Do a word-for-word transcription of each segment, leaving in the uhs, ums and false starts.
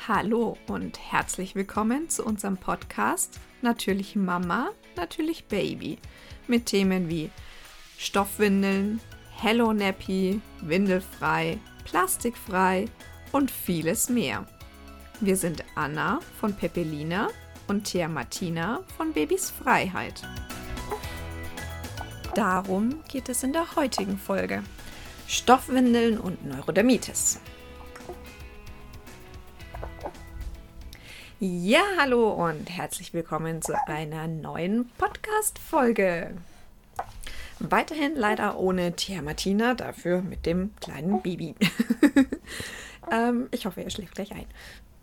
Hallo und herzlich willkommen zu unserem Podcast Natürlich Mama, natürlich Baby mit Themen wie Stoffwindeln, Hello Nappy, windelfrei, plastikfrei und vieles mehr. Wir sind Anna von Peppelina und Thea Martina von Babys Freiheit. Darum geht es in der heutigen Folge. Stoffwindeln und Neurodermitis. Ja, hallo und herzlich willkommen zu einer neuen Podcast-Folge. Weiterhin leider ohne Thea Martina, dafür mit dem kleinen Baby. ähm, ich hoffe, er schläft gleich ein.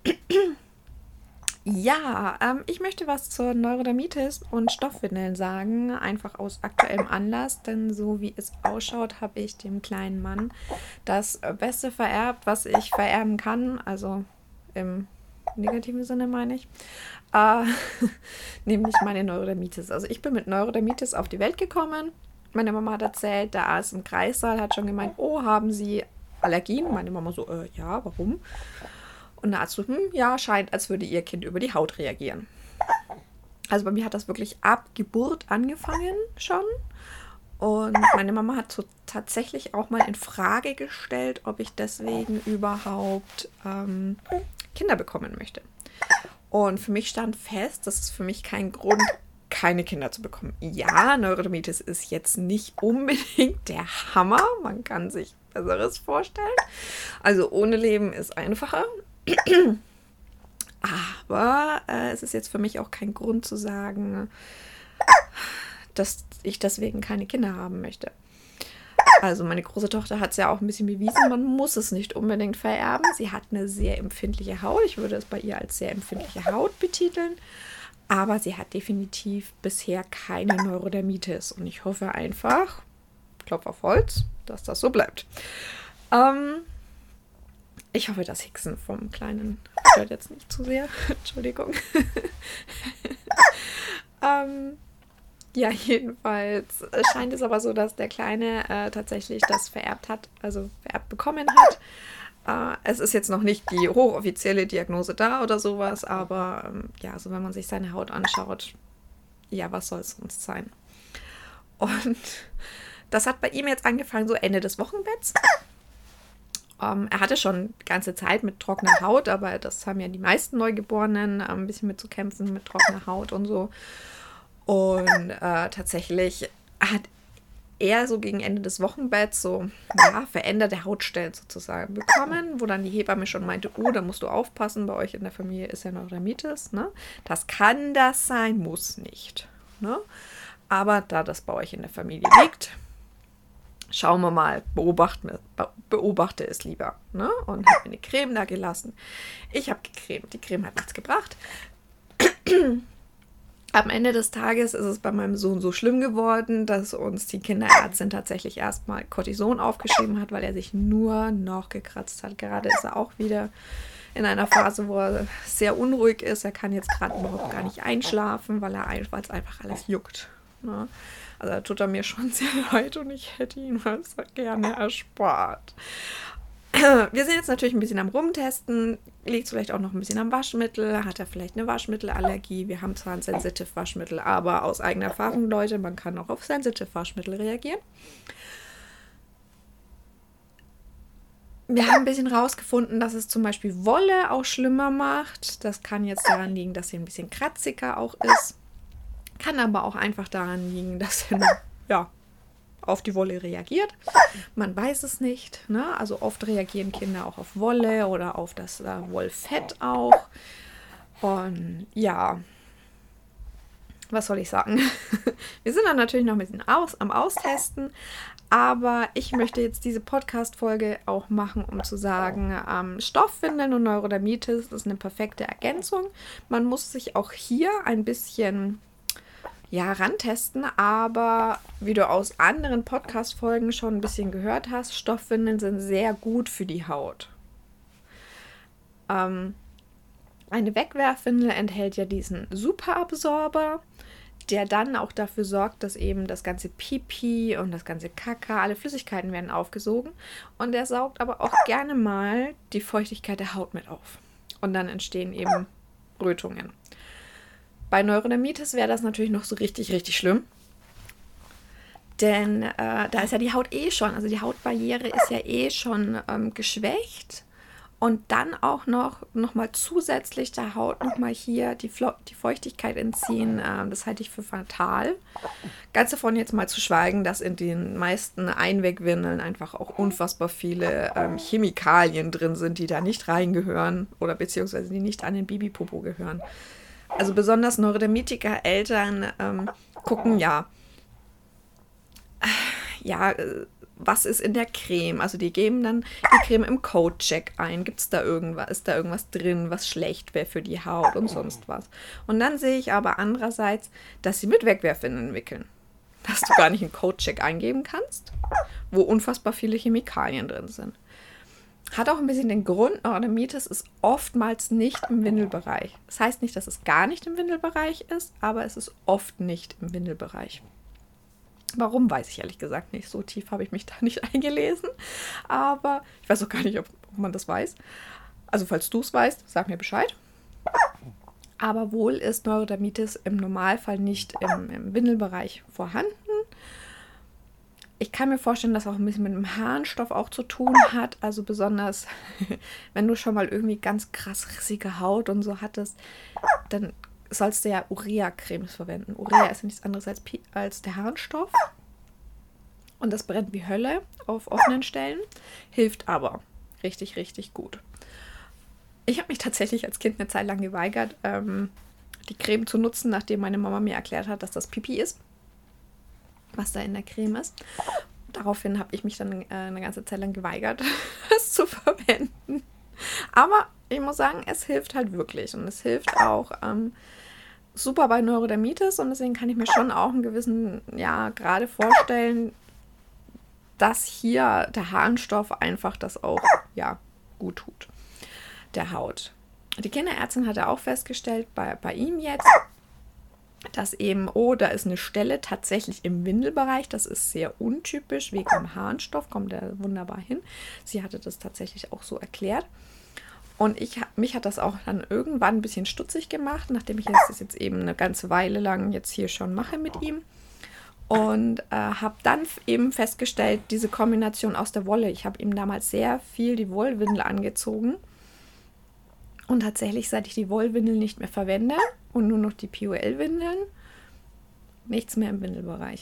Ja, ähm, ich möchte was zur Neurodermitis und Stoffwindeln sagen, einfach aus aktuellem Anlass, denn so wie es ausschaut, habe ich dem kleinen Mann das Beste vererbt, was ich vererben kann, also im negativen Sinne meine ich, äh, nämlich meine Neurodermitis. Also ich bin mit Neurodermitis auf die Welt gekommen. Meine Mama hat erzählt, der Arzt im Kreissaal hat schon gemeint, oh, haben Sie Allergien? Meine Mama so, äh, ja, warum? Und der Arzt so, hm, ja, scheint, als würde Ihr Kind über die Haut reagieren. Also bei mir hat das wirklich ab Geburt angefangen schon. Und meine Mama hat so tatsächlich auch mal in Frage gestellt, ob ich deswegen überhaupt ähm, Kinder bekommen möchte. Und für mich stand fest, das ist für mich kein Grund, keine Kinder zu bekommen. Ja, Neurodermitis ist jetzt nicht unbedingt der Hammer. Man kann sich Besseres vorstellen. Also ohne Leben ist einfacher. Aber äh, es ist jetzt für mich auch kein Grund zu sagen, dass ich deswegen keine Kinder haben möchte. Also meine große Tochter hat es ja auch ein bisschen bewiesen, man muss es nicht unbedingt vererben. Sie hat eine sehr empfindliche Haut. Ich würde es bei ihr als sehr empfindliche Haut betiteln. Aber sie hat definitiv bisher keine Neurodermitis. Und ich hoffe einfach, Klopf auf Holz, dass das so bleibt. Ähm, ich hoffe, das Hicksen vom Kleinen stört jetzt nicht zu sehr. Entschuldigung. ähm... Ja, jedenfalls scheint es aber so, dass der Kleine äh, tatsächlich das vererbt hat, also vererbt bekommen hat. Äh, es ist jetzt noch nicht die hochoffizielle Diagnose da oder sowas, aber ähm, ja, also wenn man sich seine Haut anschaut, ja, was soll es sonst sein? Und das hat bei ihm jetzt angefangen, so Ende des Wochenbetts. Ähm, er hatte schon die ganze Zeit mit trockener Haut, aber das haben ja die meisten Neugeborenen, äh, ein bisschen mit zu kämpfen, mit trockener Haut und so. Und äh, tatsächlich hat er so gegen Ende des Wochenbetts so ja, veränderte Hautstellen sozusagen bekommen, wo dann die Hebamme schon meinte, oh, da musst du aufpassen, bei euch in der Familie ist ja Neurodermitis, ne? Das kann das sein, muss nicht. Ne? Aber da das bei euch in der Familie liegt, schauen wir mal, beobachte, beobachte es lieber. Ne? Und habe mir eine Creme da gelassen. Ich habe gecremt, die Creme hat nichts gebracht. Am Ende des Tages ist es bei meinem Sohn so schlimm geworden, dass uns die Kinderärztin tatsächlich erstmal Cortison aufgeschrieben hat, weil er sich nur noch gekratzt hat. Gerade ist er auch wieder in einer Phase, wo er sehr unruhig ist. Er kann jetzt gerade überhaupt gar nicht einschlafen, weil er weil es einfach alles juckt. Ne? Also da tut er mir schon sehr leid und ich hätte ihn was gerne erspart. Wir sind jetzt natürlich ein bisschen am Rumtesten, liegt es vielleicht auch noch ein bisschen am Waschmittel, hat er vielleicht eine Waschmittelallergie. Wir haben zwar ein Sensitive Waschmittel, aber aus eigener Erfahrung, Leute, man kann auch auf Sensitive Waschmittel reagieren. Wir haben ein bisschen rausgefunden, dass es zum Beispiel Wolle auch schlimmer macht. Das kann jetzt daran liegen, dass sie ein bisschen kratziger auch ist. Kann aber auch einfach daran liegen, dass er ja, auf die Wolle reagiert. Man weiß es nicht. Ne? Also oft reagieren Kinder auch auf Wolle oder auf das äh, Wollfett auch. Und ja, was soll ich sagen? Wir sind dann natürlich noch ein bisschen aus, am Austesten, aber ich möchte jetzt diese Podcast-Folge auch machen, um zu sagen, ähm, Stoffwindeln und Neurodermitis ist eine perfekte Ergänzung. Man muss sich auch hier ein bisschen ja, rantesten, aber wie du aus anderen Podcast-Folgen schon ein bisschen gehört hast, Stoffwindeln sind sehr gut für die Haut. Ähm, eine Wegwerfwindel enthält ja diesen Superabsorber, der dann auch dafür sorgt, dass eben das ganze Pipi und das ganze Kaka, alle Flüssigkeiten werden aufgesogen und der saugt aber auch gerne mal die Feuchtigkeit der Haut mit auf. Und dann entstehen eben Rötungen. Bei Neurodermitis wäre das natürlich noch so richtig, richtig schlimm. Denn äh, da ist ja die Haut eh schon, also die Hautbarriere ist ja eh schon ähm, geschwächt. Und dann auch noch, noch mal zusätzlich der Haut noch mal hier die, Flo- die Feuchtigkeit entziehen, ähm, das halte ich für fatal. Ganz davon jetzt mal zu schweigen, dass in den meisten Einwegwindeln einfach auch unfassbar viele ähm, Chemikalien drin sind, die da nicht reingehören oder beziehungsweise die nicht an den Babypopo gehören. Also besonders Neurodermitiker-Eltern ähm, gucken ja, ja, äh, was ist in der Creme? Also die geben dann die Creme im Code-Check ein. Gibt es da irgendwas? Ist da irgendwas drin, was schlecht wäre für die Haut und sonst was? Und dann sehe ich aber andererseits, dass sie mit Wegwerfwindeln wickeln. Dass du gar nicht einen Code-Check eingeben kannst, wo unfassbar viele Chemikalien drin sind. Hat auch ein bisschen den Grund, Neurodermitis ist oftmals nicht im Windelbereich. Das heißt nicht, dass es gar nicht im Windelbereich ist, aber es ist oft nicht im Windelbereich. Warum, weiß ich ehrlich gesagt nicht. So tief habe ich mich da nicht eingelesen. Aber ich weiß auch gar nicht, ob, ob man das weiß. Also falls du es weißt, sag mir Bescheid. Aber wohl ist Neurodermitis im Normalfall nicht im, im Windelbereich vorhanden. Ich kann mir vorstellen, dass auch ein bisschen mit dem Harnstoff auch zu tun hat. Also besonders, wenn du schon mal irgendwie ganz krass rissige Haut und so hattest, dann sollst du ja Urea-Cremes verwenden. Urea ist ja nichts anderes als, als der Harnstoff. Und das brennt wie Hölle auf offenen Stellen. Hilft aber richtig, richtig gut. Ich habe mich tatsächlich als Kind eine Zeit lang geweigert, ähm, die Creme zu nutzen, nachdem meine Mama mir erklärt hat, dass das Pipi ist, was da in der Creme ist. Daraufhin habe ich mich dann äh, eine ganze Zeit lang geweigert, es zu verwenden. Aber ich muss sagen, es hilft halt wirklich. Und es hilft auch ähm, super bei Neurodermitis. Und deswegen kann ich mir schon auch einen gewissen, ja, gerade vorstellen, dass hier der Harnstoff einfach das auch, ja, gut tut, der Haut. Die Kinderärztin hatte auch festgestellt, bei, bei ihm jetzt, dass eben, oh, da ist eine Stelle tatsächlich im Windelbereich. Das ist sehr untypisch, wegen dem Harnstoff, kommt er wunderbar hin. Sie hatte das tatsächlich auch so erklärt. Und ich, mich hat das auch dann irgendwann ein bisschen stutzig gemacht, nachdem ich das jetzt eben eine ganze Weile lang jetzt hier schon mache mit ihm. Und äh, habe dann eben festgestellt, diese Kombination aus der Wolle. Ich habe ihm damals sehr viel die Wollwindel angezogen. Und tatsächlich, seit ich die Wollwindel nicht mehr verwende und nur noch die P O L-Windeln, nichts mehr im Windelbereich.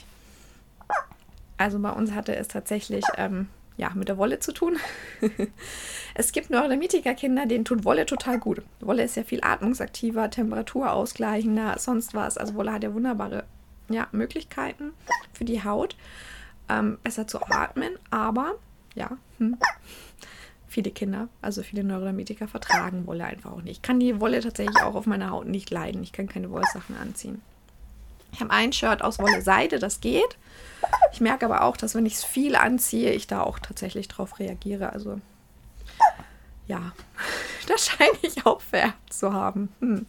Also bei uns hatte es tatsächlich ähm, ja, mit der Wolle zu tun. Es gibt Neurodermitiker-Kinder, denen tut Wolle total gut. Wolle ist ja viel atmungsaktiver, temperaturausgleichender, sonst was. Also Wolle hat ja wunderbare ja, Möglichkeiten für die Haut, ähm, besser zu atmen. Aber, ja, hm, viele Kinder, also viele Neurodermitiker vertragen Wolle einfach auch nicht. Ich kann die Wolle tatsächlich auch auf meiner Haut nicht leiden. Ich kann keine Wollsachen anziehen. Ich habe ein Shirt aus Wolle-Seide, das geht. Ich merke aber auch, dass wenn ich es viel anziehe, ich da auch tatsächlich drauf reagiere. Also ja, das scheine ich auch vererbt zu haben. Hm.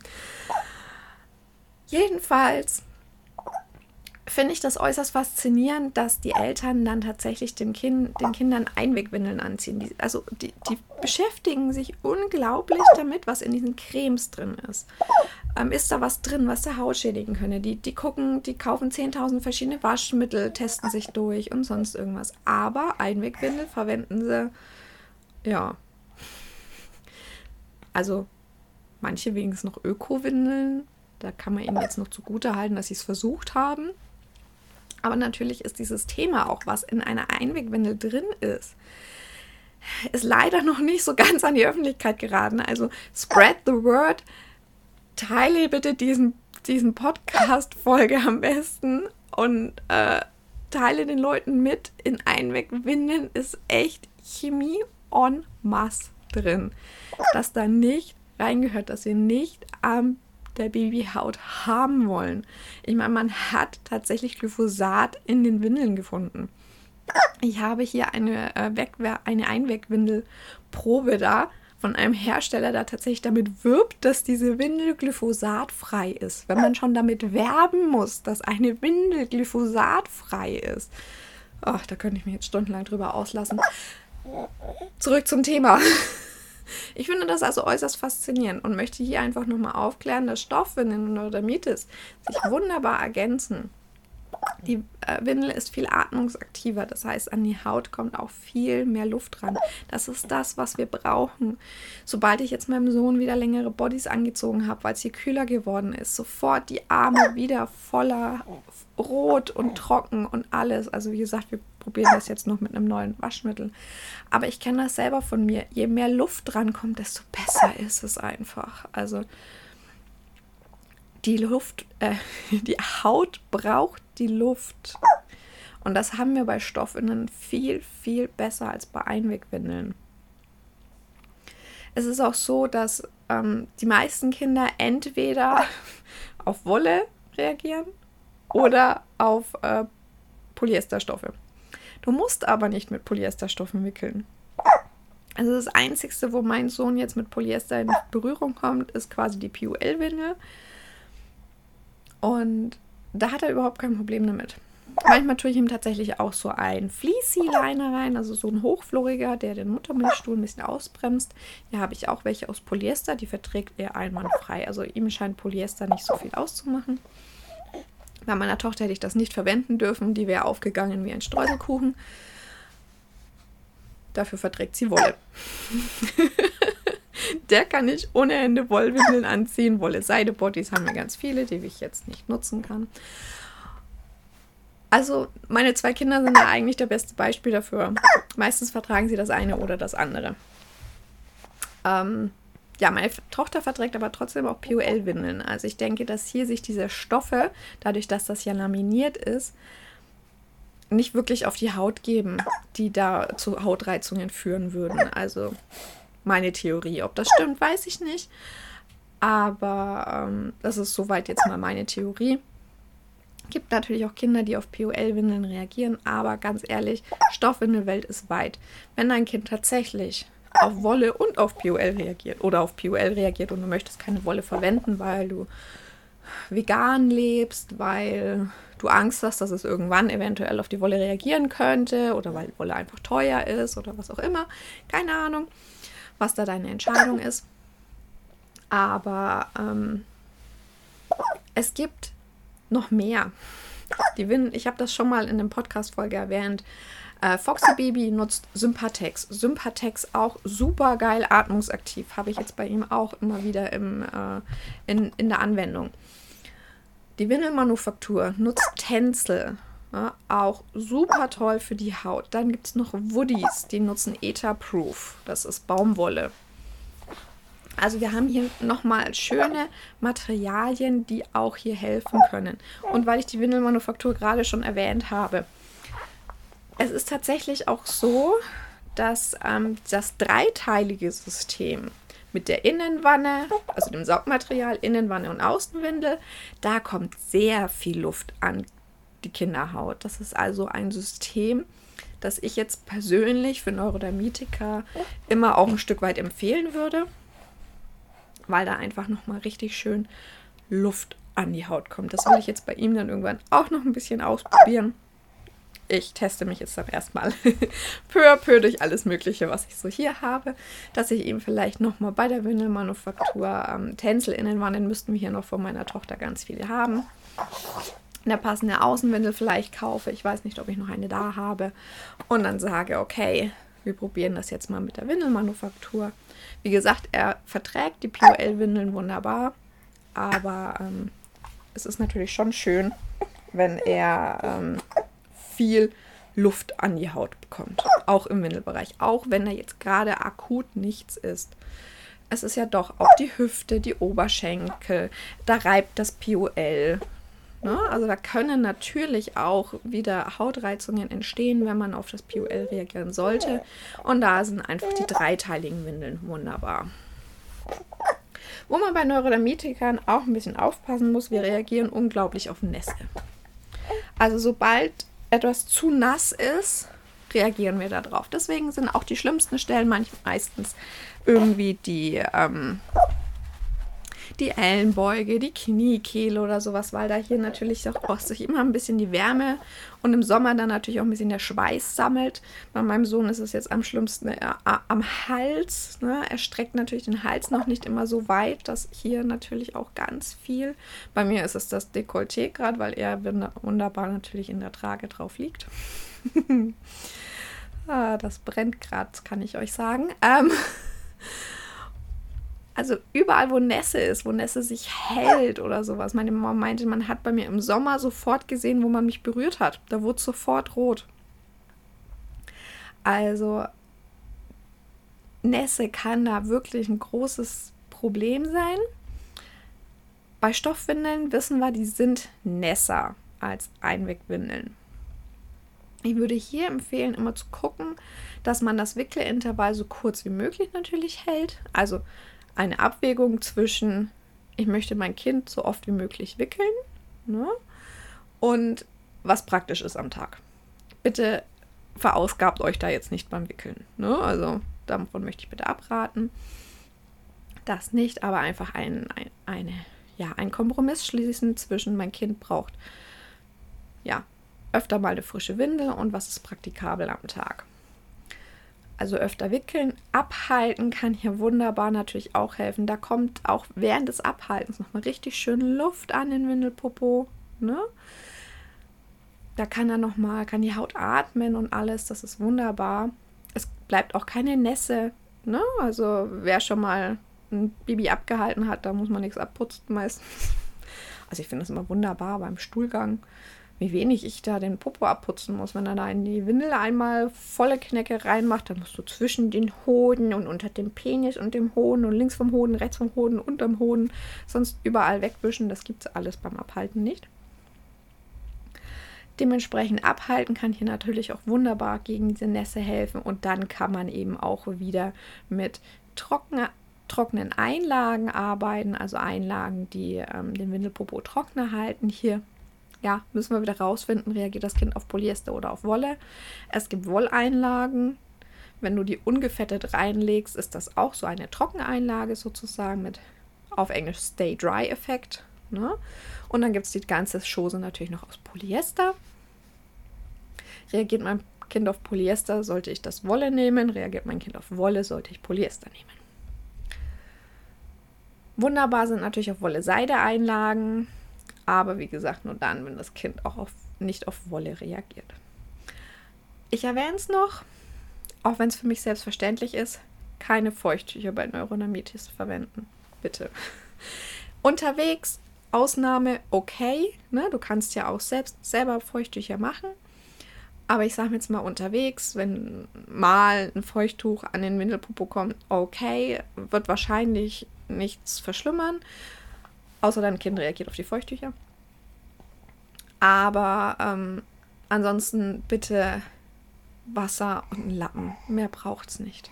Jedenfalls finde ich das äußerst faszinierend, dass die Eltern dann tatsächlich dem Kind, den Kindern Einwegwindeln anziehen. Die, also die, die beschäftigen sich unglaublich damit, was in diesen Cremes drin ist. Ähm, ist da was drin, was der Haut schädigen könnte? Die, die gucken, die kaufen zehntausend verschiedene Waschmittel, testen sich durch und sonst irgendwas. Aber Einwegwindel verwenden sie, ja, also manche wenigstens noch Öko-Windeln. Da kann man ihnen jetzt noch zugute halten, dass sie es versucht haben. Aber natürlich ist dieses Thema auch, was in einer Einwegwindel drin ist, ist leider noch nicht so ganz an die Öffentlichkeit geraten. Also spread the word. Teile bitte diesen, diesen Podcast-Folge am besten und äh, teile den Leuten mit, in Einwegwindeln ist echt Chemie en masse drin. Dass da nicht reingehört, dass wir nicht am der Babyhaut haben wollen. Ich meine, man hat tatsächlich Glyphosat in den Windeln gefunden. Ich habe hier eine, äh, Wegwer- eine Einwegwindelprobe da von einem Hersteller, der tatsächlich damit wirbt, dass diese Windel glyphosatfrei ist. Wenn man schon damit werben muss, dass eine Windel glyphosatfrei ist. Ach, da könnte ich mich jetzt stundenlang drüber auslassen. Zurück zum Thema. Ich finde das also äußerst faszinierend und möchte hier einfach nochmal aufklären, dass Stoffwindeln und Neurodermitis sich wunderbar ergänzen. Die äh, Windel ist viel atmungsaktiver, das heißt, an die Haut kommt auch viel mehr Luft ran. Das ist das, was wir brauchen. Sobald ich jetzt meinem Sohn wieder längere Bodys angezogen habe, weil es hier kühler geworden ist, sofort die Arme wieder voller Rot und trocken und alles. Also wie gesagt, wir probieren das jetzt noch mit einem neuen Waschmittel. Aber ich kenne das selber von mir. Je mehr Luft dran kommt, desto besser ist es einfach. Also die Luft, äh, die Haut braucht die Luft. Und das haben wir bei Stoffwindeln viel, viel besser als bei Einwegwindeln. Es ist auch so, dass ähm, die meisten Kinder entweder auf Wolle reagieren oder auf äh, Polyesterstoffe. Du musst aber nicht mit Polyesterstoffen wickeln. Also das Einzige, wo mein Sohn jetzt mit Polyester in Berührung kommt, ist quasi die P U L-Windel. Und da hat er überhaupt kein Problem damit. Manchmal tue ich ihm tatsächlich auch so einen Fleecy-Liner rein, also so ein hochfloriger, der den Muttermilchstuhl ein bisschen ausbremst. Hier habe ich auch welche aus Polyester, die verträgt er einwandfrei. Also ihm scheint Polyester nicht so viel auszumachen. Bei meiner Tochter hätte ich das nicht verwenden dürfen, die wäre aufgegangen wie ein Streuselkuchen. Dafür verträgt sie Wolle. Der kann ich ohne Ende Wollwindeln anziehen. Wolle-Seide-Bodies haben wir ganz viele, die ich jetzt nicht nutzen kann. Also meine zwei Kinder sind da eigentlich das beste Beispiel dafür. Meistens vertragen sie das eine oder das andere. Ähm, ja, meine Tochter verträgt aber trotzdem auch P U L-Windeln. Also ich denke, dass hier sich diese Stoffe, dadurch, dass das ja laminiert ist, nicht wirklich auf die Haut geben, die da zu Hautreizungen führen würden. Also meine Theorie. Ob das stimmt, weiß ich nicht. Aber ähm, das ist soweit jetzt mal meine Theorie. Gibt natürlich auch Kinder, die auf P U L-Windeln reagieren, aber ganz ehrlich, Stoffwindelwelt ist weit. Wenn dein Kind tatsächlich auf Wolle und auf P U L reagiert oder auf P U L reagiert und du möchtest keine Wolle verwenden, weil du vegan lebst, weil du Angst hast, dass es irgendwann eventuell auf die Wolle reagieren könnte oder weil Wolle einfach teuer ist oder was auch immer, keine Ahnung, was da deine Entscheidung ist. Aber ähm, es gibt noch mehr. Die Win- ich habe das schon mal in der Podcast-Folge erwähnt. Äh, Foxy Baby nutzt Sympatex. Sympatex auch super geil atmungsaktiv. Habe ich jetzt bei ihm auch immer wieder im, äh, in, in der Anwendung. Die Windelmanufaktur nutzt Tencel. Ja, auch super toll für die Haut. Dann gibt es noch Woodies, die nutzen Etherproof. Das ist Baumwolle. Also wir haben hier nochmal schöne Materialien, die auch hier helfen können. Und weil ich die Windelmanufaktur gerade schon erwähnt habe, es ist tatsächlich auch so, dass ähm, das dreiteilige System mit der Innenwanne, also dem Saugmaterial, Innenwanne und Außenwindel, da kommt sehr viel Luft an die Kinderhaut. Das ist also ein System, das ich jetzt persönlich für Neurodermitiker immer auch ein Stück weit empfehlen würde, weil da einfach nochmal richtig schön Luft an die Haut kommt. Das will ich jetzt bei ihm dann irgendwann auch noch ein bisschen ausprobieren. Ich teste mich jetzt dann erstmal peu à peu durch alles Mögliche, was ich so hier habe, dass ich ihm vielleicht nochmal bei der Windelmanufaktur ähm, Tencel-Innenwandeln müssten wir hier noch von meiner Tochter ganz viele haben. Eine passende Außenwindel vielleicht kaufe. Ich weiß nicht, ob ich noch eine da habe. Und dann sage, okay, wir probieren das jetzt mal mit der Windelmanufaktur. Wie gesagt, er verträgt die P U L-Windeln wunderbar, aber ähm, es ist natürlich schon schön, wenn er ähm, viel Luft an die Haut bekommt, auch im Windelbereich, auch wenn er jetzt gerade akut nichts ist. Es ist ja doch auch die Hüfte, die Oberschenkel, da reibt das P U L. Ne? Also da können natürlich auch wieder Hautreizungen entstehen, wenn man auf das P U L reagieren sollte. Und da sind einfach die dreiteiligen Windeln wunderbar. Wo man bei Neurodermitikern auch ein bisschen aufpassen muss, wir reagieren unglaublich auf Nässe. Also sobald etwas zu nass ist, reagieren wir darauf. Deswegen sind auch die schlimmsten Stellen manchmal meistens irgendwie die, ähm, die Ellenbeuge, die Kniekehle oder sowas, weil da hier natürlich auch, auch sich immer ein bisschen die Wärme und im Sommer dann natürlich auch ein bisschen der Schweiß sammelt. Bei meinem Sohn ist es jetzt am schlimmsten äh, am Hals. Ne? Er streckt natürlich den Hals noch nicht immer so weit, dass hier natürlich auch ganz viel. Bei mir ist es das Dekolleté gerade, weil er wunderbar natürlich in der Trage drauf liegt. ah, das brennt gerade, kann ich euch sagen. Ähm, Also überall, wo Nässe ist, wo Nässe sich hält oder sowas. Meine Mama meinte, man hat bei mir im Sommer sofort gesehen, wo man mich berührt hat. Da wurde es sofort rot. Also Nässe kann da wirklich ein großes Problem sein. Bei Stoffwindeln wissen wir, die sind nässer als Einwegwindeln. Ich würde hier empfehlen, immer zu gucken, dass man das Wickelintervall so kurz wie möglich natürlich hält. Also eine Abwägung zwischen, ich möchte mein Kind so oft wie möglich wickeln, ne, und was praktisch ist am Tag. Bitte verausgabt euch da jetzt nicht beim Wickeln. Ne? Also davon möchte ich bitte abraten. Das nicht, aber einfach ein, ein, eine, ja, einen Kompromiss schließen zwischen, mein Kind braucht ja öfter mal eine frische Windel und was ist praktikabel am Tag. Also öfter wickeln, abhalten kann hier wunderbar natürlich auch helfen. Da kommt auch während des Abhaltens nochmal richtig schön Luft an den Windelpopo. Ne? Da kann er nochmal, kann die Haut atmen und alles. Das ist wunderbar. Es bleibt auch keine Nässe. Ne? Also wer schon mal ein Baby abgehalten hat, da muss man nichts abputzen meistens. Also ich finde das immer wunderbar beim Stuhlgang, wie wenig ich da den Popo abputzen muss. Wenn er da in die Windel einmal volle Knecke reinmacht, dann musst du zwischen den Hoden und unter dem Penis und dem Hoden und links vom Hoden, rechts vom Hoden, unterm Hoden, sonst überall wegwischen. Das gibt es alles beim Abhalten nicht. Dementsprechend abhalten kann hier natürlich auch wunderbar gegen diese Nässe helfen. Und dann kann man eben auch wieder mit trockenen, trockenen Einlagen arbeiten, also Einlagen, die ähm, den Windelpopo trockener halten. Hier Ja, müssen wir wieder rausfinden, reagiert das Kind auf Polyester oder auf Wolle. Es gibt Wolleinlagen. Wenn du die ungefettet reinlegst, ist das auch so eine Trockeneinlage sozusagen mit auf Englisch Stay Dry Effekt. Ne? Und dann gibt es die ganze Chose natürlich noch aus Polyester. Reagiert mein Kind auf Polyester, sollte ich das Wolle nehmen. Reagiert mein Kind auf Wolle, sollte ich Polyester nehmen. Wunderbar sind natürlich auch Wolle-Seide-Einlagen. Aber wie gesagt, nur dann, wenn das Kind auch auf, nicht auf Wolle reagiert. Ich erwähne es noch, auch wenn es für mich selbstverständlich ist, keine Feuchttücher bei Neurodermitis verwenden. Bitte. Unterwegs, Ausnahme, okay. Ne? Du kannst ja auch selbst selber Feuchttücher machen. Aber ich sage jetzt mal unterwegs, wenn mal ein Feuchttuch an den Windelpopo kommt, okay, wird wahrscheinlich nichts verschlimmern. Außer dein Kind reagiert auf die Feuchttücher. Aber ähm, ansonsten bitte Wasser und einen Lappen. Mehr braucht es nicht.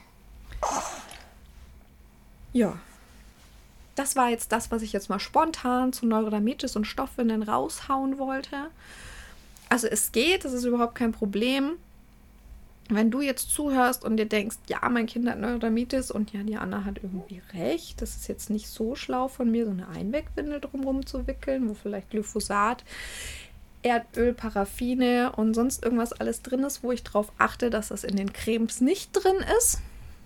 Ja. Das war jetzt das, was ich jetzt mal spontan zu Neurodermitis und Stoffwindeln raushauen wollte. Also es geht, das ist überhaupt kein Problem. Wenn du jetzt zuhörst und dir denkst, ja, mein Kind hat Neurodermitis und ja, die Anna hat irgendwie recht, das ist jetzt nicht so schlau von mir, so eine Einwegwindel drumherum zu wickeln, wo vielleicht Glyphosat, Erdöl, Paraffine und sonst irgendwas alles drin ist, wo ich darauf achte, dass das in den Cremes nicht drin ist.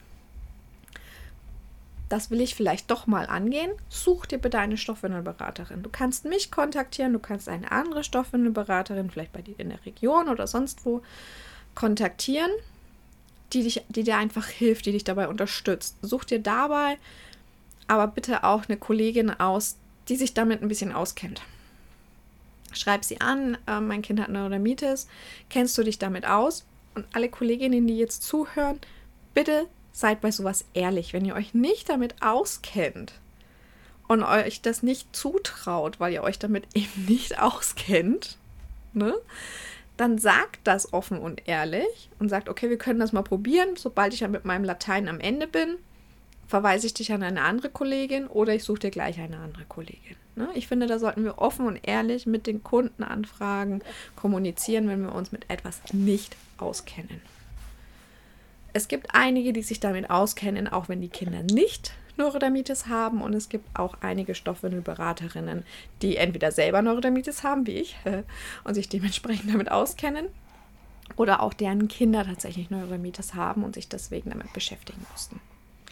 Das will ich vielleicht doch mal angehen. Such dir bitte eine Stoffwindelberaterin. Du kannst mich kontaktieren, du kannst eine andere Stoffwindelberaterin, vielleicht bei dir in der Region oder sonst wo, kontaktieren, die, dich, die dir einfach hilft, die dich dabei unterstützt. Such dir dabei aber bitte auch eine Kollegin aus, die sich damit ein bisschen auskennt. Schreib sie an, äh, mein Kind hat Neurodermitis, kennst du dich damit aus? Und alle Kolleginnen, die jetzt zuhören, bitte seid bei sowas ehrlich. Wenn ihr euch nicht damit auskennt und euch das nicht zutraut, weil ihr euch damit eben nicht auskennt, ne? Dann sagt das offen und ehrlich und sagt, okay, wir können das mal probieren. Sobald ich ja mit meinem Latein am Ende bin, verweise ich dich an eine andere Kollegin oder ich suche dir gleich eine andere Kollegin. Ne? Ich finde, da sollten wir offen und ehrlich mit den Kundenanfragen kommunizieren, wenn wir uns mit etwas nicht auskennen. Es gibt einige, die sich damit auskennen, auch wenn die Kinder nicht Neurodermitis haben und es gibt auch einige Stoffwindelberaterinnen, die entweder selber Neurodermitis haben, wie ich, und sich dementsprechend damit auskennen oder auch deren Kinder tatsächlich Neurodermitis haben und sich deswegen damit beschäftigen mussten.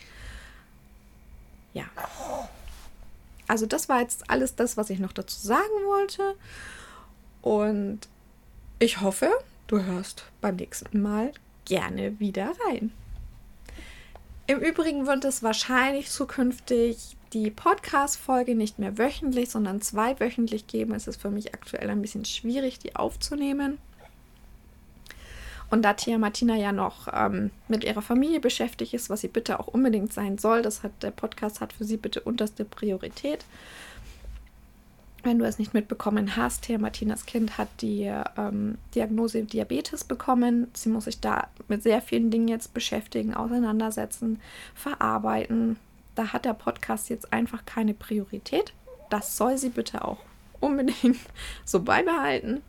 Ja. Also das war jetzt alles das, was ich noch dazu sagen wollte. Und ich hoffe, du hörst beim nächsten Mal gerne wieder rein. Im Übrigen wird es wahrscheinlich zukünftig die Podcast-Folge nicht mehr wöchentlich, sondern zweiwöchentlich geben. Es ist für mich aktuell ein bisschen schwierig, die aufzunehmen. Und da Tia Martina ja noch ähm, mit ihrer Familie beschäftigt ist, was sie bitte auch unbedingt sein soll, das hat der Podcast hat für sie bitte unterste Priorität. Wenn du es nicht mitbekommen hast, Tia Martinas Kind hat die ähm, Diagnose Diabetes bekommen. Sie muss sich da mit sehr vielen Dingen jetzt beschäftigen, auseinandersetzen, verarbeiten. Da hat der Podcast jetzt einfach keine Priorität. Das soll sie bitte auch unbedingt so beibehalten.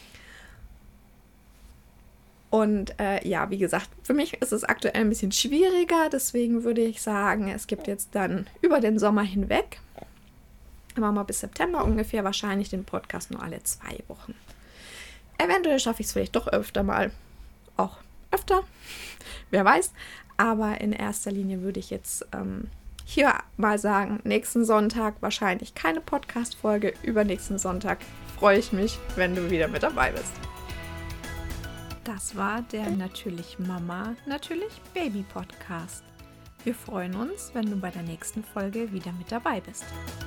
Und äh, ja, wie gesagt, für mich ist es aktuell ein bisschen schwieriger. Deswegen würde ich sagen, es gibt jetzt dann über den Sommer hinweg, machen wir bis September ungefähr, wahrscheinlich den Podcast nur alle zwei Wochen. Eventuell schaffe ich es vielleicht doch öfter mal. Auch öfter. Wer weiß. Aber in erster Linie würde ich jetzt ähm, hier mal sagen, nächsten Sonntag wahrscheinlich keine Podcast-Folge. Übernächsten Sonntag freue ich mich, wenn du wieder mit dabei bist. Das war der Natürlich Mama, Natürlich Baby Podcast. Wir freuen uns, wenn du bei der nächsten Folge wieder mit dabei bist.